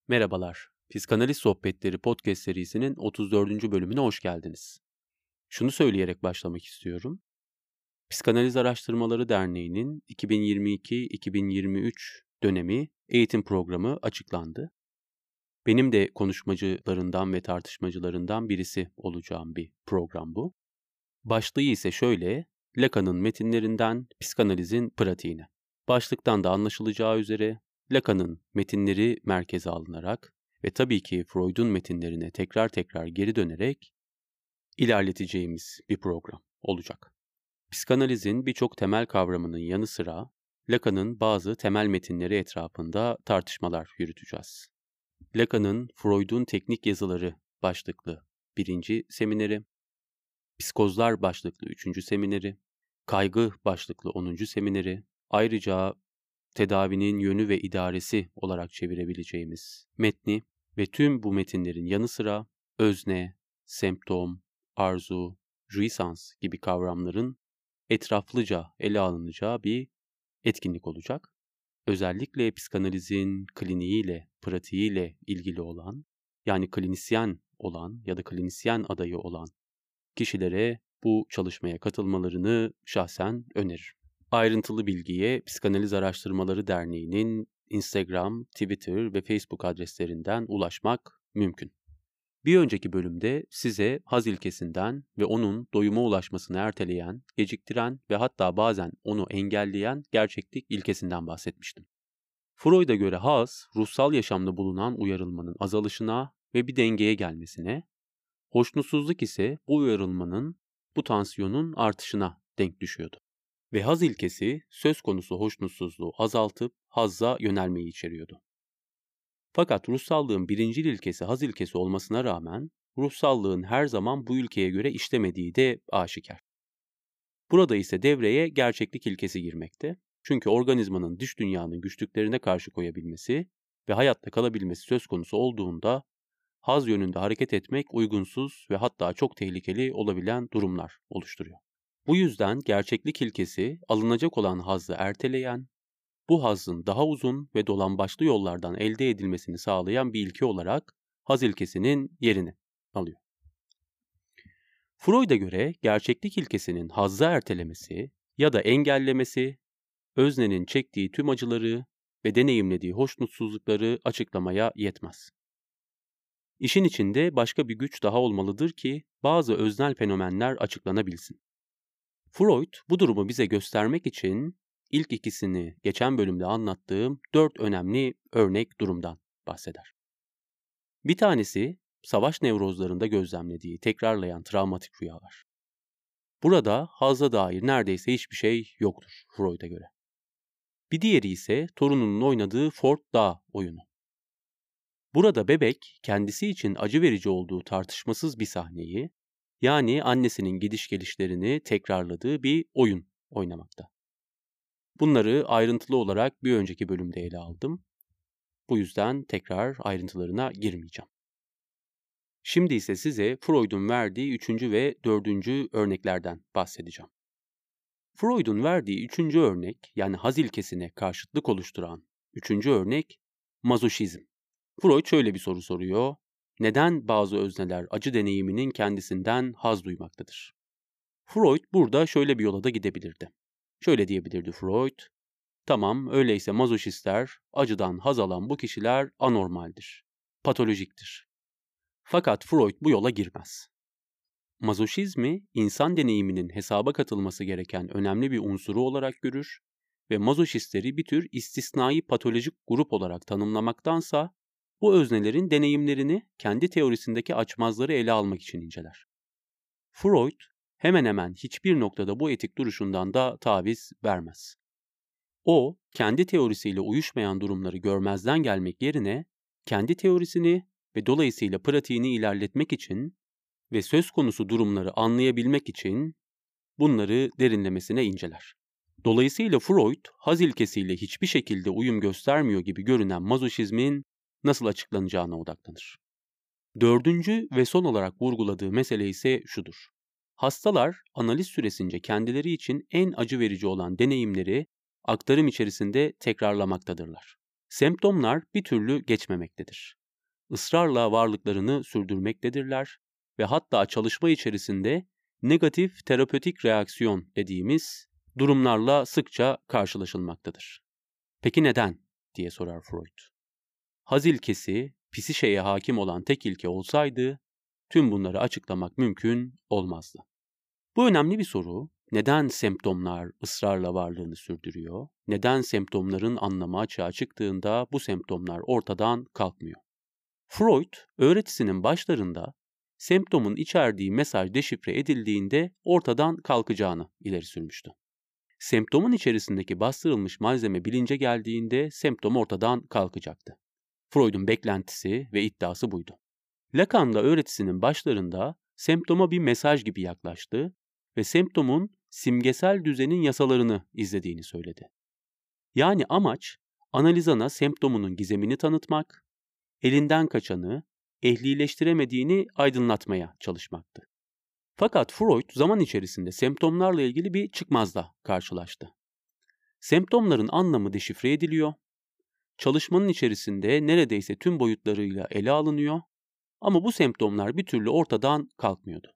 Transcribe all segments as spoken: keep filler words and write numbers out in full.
Merhabalar, Psikanaliz Sohbetleri podcast serisinin otuz dördüncü bölümüne hoş geldiniz. Şunu söyleyerek başlamak istiyorum. Psikanaliz Araştırmaları Derneği'nin iki bin yirmi iki iki bin yirmi üç dönemi eğitim programı açıklandı. Benim de konuşmacılarından ve tartışmacılarından birisi olacağım bir program bu. Başlığı ise şöyle, Lacan'ın metinlerinden psikanalizin pratiğine. Başlıktan da anlaşılacağı üzere Lacan'ın metinleri merkeze alınarak ve tabii ki Freud'un metinlerine tekrar tekrar geri dönerek ilerleteceğimiz bir program olacak. Psikanalizin birçok temel kavramının yanı sıra Lacan'ın bazı temel metinleri etrafında tartışmalar yürüteceğiz. Lacan'ın Freud'un teknik yazıları başlıklı birinci semineri, Psikozlar başlıklı üçüncü semineri, Kaygı başlıklı onuncu semineri, ayrıca Tedavinin Yönü ve İdaresi olarak çevirebileceğimiz metni ve tüm bu metinlerin yanı sıra özne, semptom, arzu, jouissance gibi kavramların etraflıca ele alınacağı bir etkinlik olacak. Özellikle psikanalizin kliniğiyle, pratiğiyle ilgili olan, yani klinisyen olan ya da klinisyen adayı olan kişilere bu çalışmaya katılmalarını şahsen öneririm. Ayrıntılı bilgiye Psikanaliz Araştırmaları Derneği'nin Instagram, Twitter ve Facebook adreslerinden ulaşmak mümkün. Bir önceki bölümde size haz ilkesinden ve onun doyuma ulaşmasını erteleyen, geciktiren ve hatta bazen onu engelleyen gerçeklik ilkesinden bahsetmiştim. Freud'a göre haz, ruhsal yaşamda bulunan uyarılmanın azalışına ve bir dengeye gelmesine, hoşnutsuzluk ise bu uyarılmanın, bu tansiyonun artışına denk düşüyordu. Ve haz ilkesi söz konusu hoşnutsuzluğu azaltıp hazza yönelmeyi içeriyordu. Fakat ruhsallığın birincil ilkesi haz ilkesi olmasına rağmen ruhsallığın her zaman bu ilkeye göre işlemediği de aşikar. Burada ise devreye gerçeklik ilkesi girmekte. Çünkü organizmanın dış dünyanın güçlüklerine karşı koyabilmesi ve hayatta kalabilmesi söz konusu olduğunda haz yönünde hareket etmek uygunsuz ve hatta çok tehlikeli olabilen durumlar oluşturuyor. Bu yüzden gerçeklik ilkesi alınacak olan hazzı erteleyen, bu hazzın daha uzun ve dolambaçlı yollardan elde edilmesini sağlayan bir ilke olarak haz ilkesinin yerini alıyor. Freud'a göre gerçeklik ilkesinin hazzı ertelemesi ya da engellemesi, öznenin çektiği tüm acıları ve deneyimlediği hoşnutsuzlukları açıklamaya yetmez. İşin içinde başka bir güç daha olmalıdır ki bazı öznel fenomenler açıklanabilsin. Freud bu durumu bize göstermek için ilk ikisini geçen bölümde anlattığım dört önemli örnek durumdan bahseder. Bir tanesi savaş nevrozlarında gözlemlediği tekrarlayan travmatik rüyalar. Burada hazza dair neredeyse hiçbir şey yoktur Freud'a göre. Bir diğeri ise torununun oynadığı Fort Dağ oyunu. Burada bebek kendisi için acı verici olduğu tartışmasız bir sahneyi, yani annesinin gidiş gelişlerini tekrarladığı bir oyun oynamakta. Bunları ayrıntılı olarak bir önceki bölümde ele aldım. Bu yüzden tekrar ayrıntılarına girmeyeceğim. Şimdi ise size Freud'un verdiği üçüncü ve dördüncü örneklerden bahsedeceğim. Freud'un verdiği üçüncü örnek, yani haz ilkesine karşıtlık oluşturan üçüncü örnek mazoşizm. Freud şöyle bir soru soruyor. Neden bazı özneler acı deneyiminin kendisinden haz duymaktadır? Freud burada şöyle bir yola da gidebilirdi. Şöyle diyebilirdi Freud, tamam öyleyse mazoşistler, acıdan haz alan bu kişiler anormaldir, patolojiktir. Fakat Freud bu yola girmez. Mazoşizmi insan deneyiminin hesaba katılması gereken önemli bir unsuru olarak görür ve mazoşistleri bir tür istisnai patolojik grup olarak tanımlamaktansa bu öznelerin deneyimlerini kendi teorisindeki açmazları ele almak için inceler. Freud hemen hemen hiçbir noktada bu etik duruşundan da taviz vermez. O, kendi teorisiyle uyuşmayan durumları görmezden gelmek yerine kendi teorisini ve dolayısıyla pratiğini ilerletmek için ve söz konusu durumları anlayabilmek için bunları derinlemesine inceler. Dolayısıyla Freud, haz ilkesiyle hiçbir şekilde uyum göstermiyor gibi görünen mazoşizmin nasıl açıklanacağına odaklanır. Dördüncü ve son olarak vurguladığı mesele ise şudur. Hastalar analiz süresince kendileri için en acı verici olan deneyimleri aktarım içerisinde tekrarlamaktadırlar. Semptomlar bir türlü geçmemektedir. ısrarla varlıklarını sürdürmektedirler ve hatta çalışma içerisinde negatif terapötik reaksiyon dediğimiz durumlarla sıkça karşılaşılmaktadır. Peki neden diye sorar Freud. Haz ilkesi psişeye hakim olan tek ilke olsaydı tüm bunları açıklamak mümkün olmazdı. Bu önemli bir soru. Neden semptomlar ısrarla varlığını sürdürüyor? Neden semptomların anlamı açığa çıktığında bu semptomlar ortadan kalkmıyor? Freud, öğretisinin başlarında semptomun içerdiği mesaj deşifre edildiğinde ortadan kalkacağını ileri sürmüştü. Semptomun içerisindeki bastırılmış malzeme bilince geldiğinde semptom ortadan kalkacaktı. Freud'un beklentisi ve iddiası buydu. Lacan da öğretisinin başlarında semptoma bir mesaj gibi yaklaştı ve semptomun simgesel düzenin yasalarını izlediğini söyledi. Yani amaç analizana semptomunun gizemini tanıtmak, elinden kaçanı, ehlileştiremediğini aydınlatmaya çalışmaktı. Fakat Freud zaman içerisinde semptomlarla ilgili bir çıkmazla karşılaştı. Semptomların anlamı deşifre ediliyor, çalışmanın içerisinde neredeyse tüm boyutlarıyla ele alınıyor ama bu semptomlar bir türlü ortadan kalkmıyordu.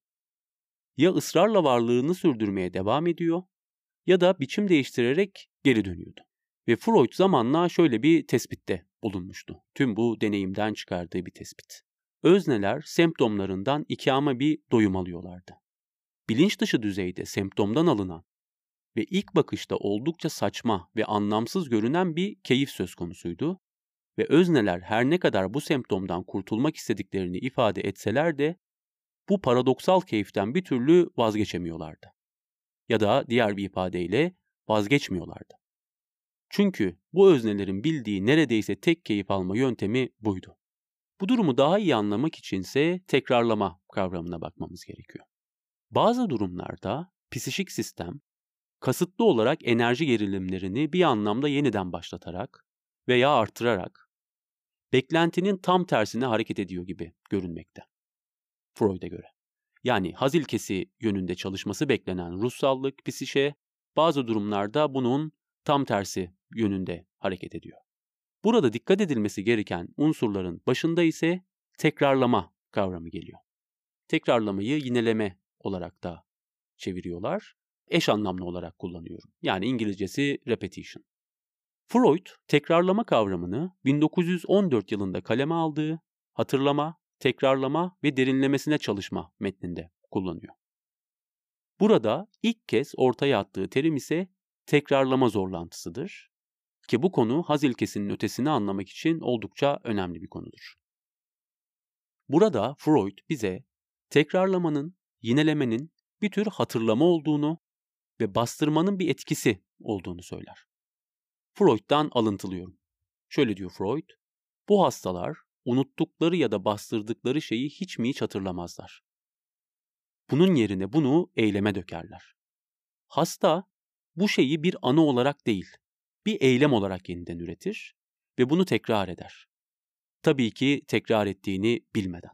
Ya ısrarla varlığını sürdürmeye devam ediyor ya da biçim değiştirerek geri dönüyordu. Ve Freud zamanla şöyle bir tespitte bulunmuştu. Tüm bu deneyimden çıkardığı bir tespit. Özneler semptomlarından ikame bir doyum alıyorlardı. Bilinç dışı düzeyde semptomdan alınan ve ilk bakışta oldukça saçma ve anlamsız görünen bir keyif söz konusuydu ve özneler her ne kadar bu semptomdan kurtulmak istediklerini ifade etseler de bu paradoksal keyiften bir türlü vazgeçemiyorlardı. Ya da diğer bir ifadeyle vazgeçmiyorlardı. Çünkü bu öznelerin bildiği neredeyse tek keyif alma yöntemi buydu. Bu durumu daha iyi anlamak içinse tekrarlama kavramına bakmamız gerekiyor. Bazı durumlarda psikik sistem kasıtlı olarak enerji gerilimlerini bir anlamda yeniden başlatarak veya artırarak beklentinin tam tersine hareket ediyor gibi görünmekte. Freud'a göre. Yani haz ilkesi yönünde çalışması beklenen ruhsallık, psişe bazı durumlarda bunun tam tersi yönünde hareket ediyor. Burada dikkat edilmesi gereken unsurların başında ise tekrarlama kavramı geliyor. Tekrarlamayı yineleme olarak da çeviriyorlar. Eş anlamlı olarak kullanıyorum. Yani İngilizcesi repetition. Freud, tekrarlama kavramını bin dokuz yüz on dört yılında kaleme aldığı Hatırlama, Tekrarlama ve Derinlemesine Çalışma metninde kullanıyor. Burada ilk kez ortaya attığı terim ise tekrarlama zorlantısıdır ki bu konu haz ilkesinin ötesini anlamak için oldukça önemli bir konudur. Burada Freud bize tekrarlamanın, yinelemenin bir tür hatırlama olduğunu ve bastırmanın bir etkisi olduğunu söyler. Freud'dan alıntılıyorum. Şöyle diyor Freud, bu hastalar unuttukları ya da bastırdıkları şeyi hiç mi hiç hatırlamazlar. Bunun yerine bunu eyleme dökerler. Hasta bu şeyi bir anı olarak değil, bir eylem olarak yeniden üretir ve bunu tekrar eder. Tabii ki tekrar ettiğini bilmeden.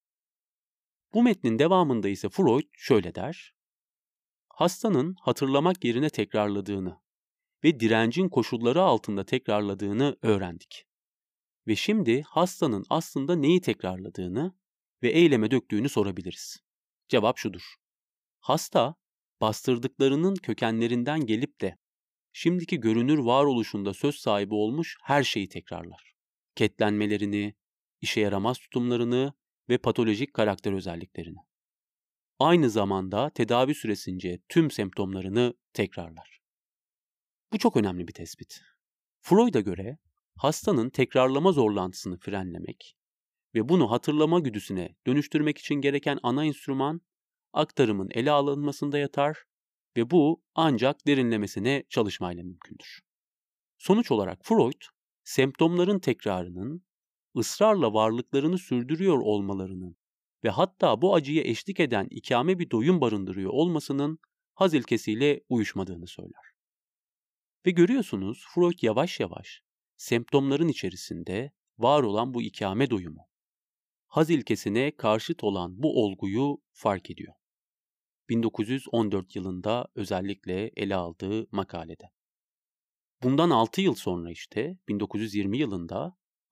Bu metnin devamında ise Freud şöyle der, hastanın hatırlamak yerine tekrarladığını ve direncin koşulları altında tekrarladığını öğrendik. Ve şimdi hastanın aslında neyi tekrarladığını ve eyleme döktüğünü sorabiliriz. Cevap şudur. Hasta, bastırdıklarının kökenlerinden gelip de şimdiki görünür varoluşunda söz sahibi olmuş her şeyi tekrarlar. Ketlenmelerini, işe yaramaz tutumlarını ve patolojik karakter özelliklerini. Aynı zamanda tedavi süresince tüm semptomlarını tekrarlar. Bu çok önemli bir tespit. Freud'a göre hastanın tekrarlama zorlantısını frenlemek ve bunu hatırlama güdüsüne dönüştürmek için gereken ana enstrüman aktarımın ele alınmasında yatar ve bu ancak derinlemesine çalışmayla mümkündür. Sonuç olarak Freud, semptomların tekrarının, ısrarla varlıklarını sürdürüyor olmalarının ve hatta bu acıya eşlik eden ikame bir doyum barındırıyor olmasının haz ilkesiyle uyuşmadığını söyler. Ve görüyorsunuz Freud yavaş yavaş semptomların içerisinde var olan bu ikame doyumu, haz ilkesine karşıt olan bu olguyu fark ediyor. bin dokuz yüz on dört yılında özellikle ele aldığı makalede. Bundan altı yıl sonra işte bin dokuz yüz yirmi yılında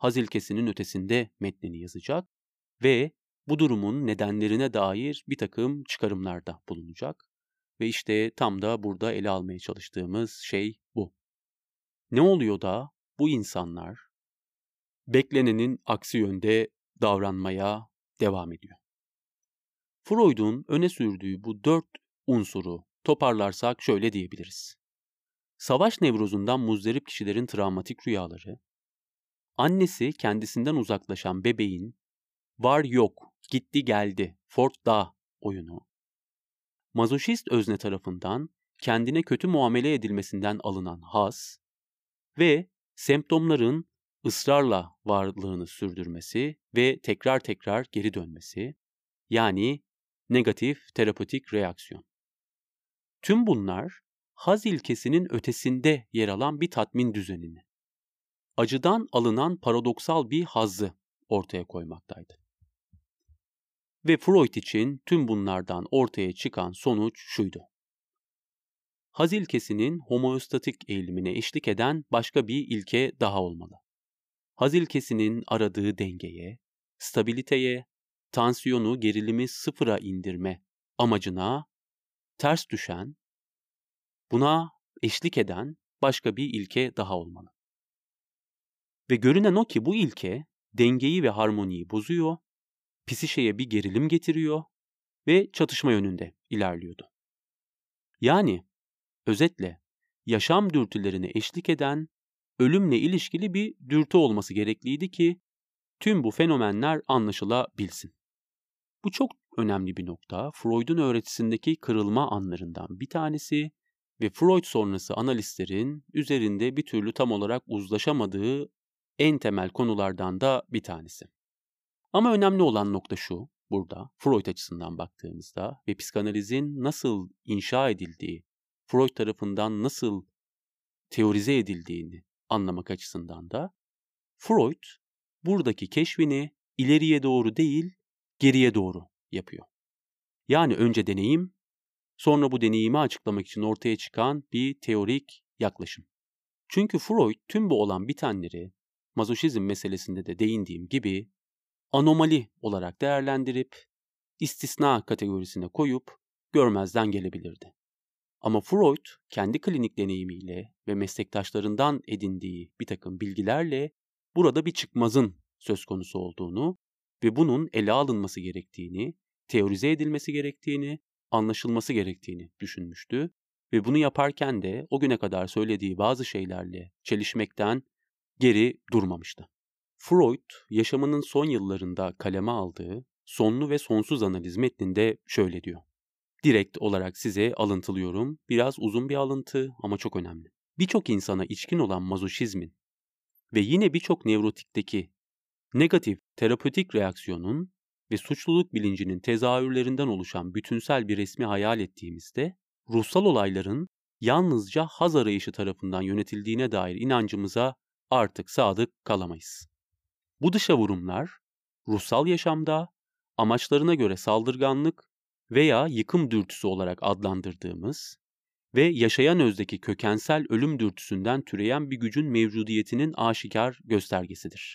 haz ilkesinin ötesinde metnini yazacak ve bu durumun nedenlerine dair bir takım çıkarımlarda bulunacak. Ve işte tam da burada ele almaya çalıştığımız şey bu. Ne oluyor da bu insanlar beklenenin aksi yönde davranmaya devam ediyor? Freud'un öne sürdüğü bu dört unsuru toparlarsak şöyle diyebiliriz. Savaş nevrozundan muzdarip kişilerin travmatik rüyaları, annesi kendisinden uzaklaşan bebeğin var yok, gitti geldi, Fort da oyunu, mazoşist özne tarafından kendine kötü muamele edilmesinden alınan haz ve semptomların ısrarla varlığını sürdürmesi ve tekrar tekrar geri dönmesi, yani negatif terapötik reaksiyon. Tüm bunlar haz ilkesinin ötesinde yer alan bir tatmin düzenini, acıdan alınan paradoksal bir hazzı ortaya koymaktaydı. Ve Freud için tüm bunlardan ortaya çıkan sonuç şuydu. Haz ilkesinin homeostatik eğilimine eşlik eden başka bir ilke daha olmalı. Haz ilkesinin aradığı dengeye, stabiliteye, tansiyonu, gerilimi sıfıra indirme amacına ters düşen, buna eşlik eden başka bir ilke daha olmalı. Ve görünen o ki bu ilke dengeyi ve harmoniyi bozuyor, psişeye bir gerilim getiriyor ve çatışma yönünde ilerliyordu. Yani özetle yaşam dürtülerine eşlik eden ölümle ilişkili bir dürtü olması gerekliydi ki tüm bu fenomenler anlaşılabilsin. Bu çok önemli bir nokta. Freud'un öğretisindeki kırılma anlarından bir tanesi ve Freud sonrası analistlerin üzerinde bir türlü tam olarak uzlaşamadığı en temel konulardan da bir tanesi. Ama önemli olan nokta şu, burada Freud açısından baktığımızda ve psikanalizin nasıl inşa edildiği, Freud tarafından nasıl teorize edildiğini anlamak açısından da Freud buradaki keşfini ileriye doğru değil, geriye doğru yapıyor. Yani önce deneyim, sonra bu deneyimi açıklamak için ortaya çıkan bir teorik yaklaşım. Çünkü Freud tüm bu olan bitenleri, mazoşizm meselesinde de değindiğim gibi anomali olarak değerlendirip istisna kategorisine koyup görmezden gelebilirdi. Ama Freud kendi klinik deneyimiyle ve meslektaşlarından edindiği bir takım bilgilerle burada bir çıkmazın söz konusu olduğunu ve bunun ele alınması gerektiğini, teorize edilmesi gerektiğini, anlaşılması gerektiğini düşünmüştü ve bunu yaparken de o güne kadar söylediği bazı şeylerle çelişmekten geri durmamıştı. Freud, yaşamının son yıllarında kaleme aldığı Sonlu ve Sonsuz Analiz metninde şöyle diyor. Direkt olarak size alıntılıyorum. Biraz uzun bir alıntı ama çok önemli. Birçok insana içkin olan mazoşizmin ve yine birçok nevrotikteki negatif terapötik reaksiyonun ve suçluluk bilincinin tezahürlerinden oluşan bütünsel bir resmi hayal ettiğimizde ruhsal olayların yalnızca haz arayışı tarafından yönetildiğine dair inancımıza artık sadık kalamayız. Bu dışa vurumlar ruhsal yaşamda amaçlarına göre saldırganlık veya yıkım dürtüsü olarak adlandırdığımız ve yaşayan özdeki kökensel ölüm dürtüsünden türeyen bir gücün mevcudiyetinin aşikar göstergesidir.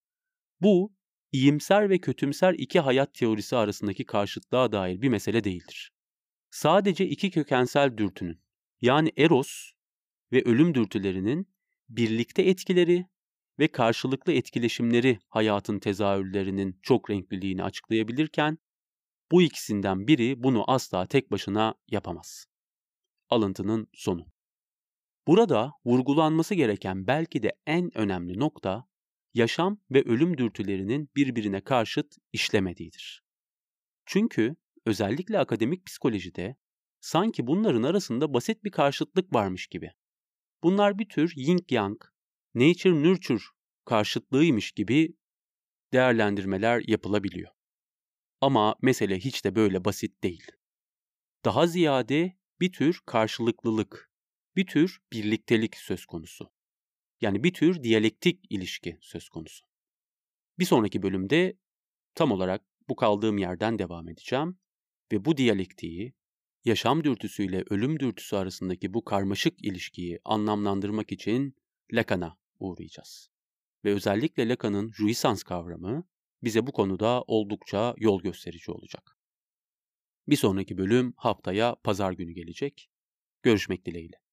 Bu, iyimser ve kötümser iki hayat teorisi arasındaki karşıtlığa dair bir mesele değildir. Sadece iki kökensel dürtünün, yani eros ve ölüm dürtülerinin birlikte etkileri ve karşılıklı etkileşimleri hayatın tezahürlerinin çok renkliliğini açıklayabilirken, bu ikisinden biri bunu asla tek başına yapamaz. Alıntının sonu. Burada vurgulanması gereken belki de en önemli nokta, yaşam ve ölüm dürtülerinin birbirine karşıt işlemediğidir. Çünkü özellikle akademik psikolojide sanki bunların arasında basit bir karşıtlık varmış gibi. Bunlar bir tür yin-yang, nature-nurture karşıtlığıymış gibi değerlendirmeler yapılabiliyor. Ama mesele hiç de böyle basit değil. Daha ziyade bir tür karşılıklılık, bir tür birliktelik söz konusu. Yani bir tür diyalektik ilişki söz konusu. Bir sonraki bölümde tam olarak bu kaldığım yerden devam edeceğim ve bu diyalektiği, yaşam dürtüsüyle ölüm dürtüsü arasındaki bu karmaşık ilişkiyi anlamlandırmak için Lacan'a uğrayacağız. ve özellikle Lacan'ın jouissance kavramı bize bu konuda oldukça yol gösterici olacak. Bir sonraki bölüm haftaya pazar günü gelecek. Görüşmek dileğiyle.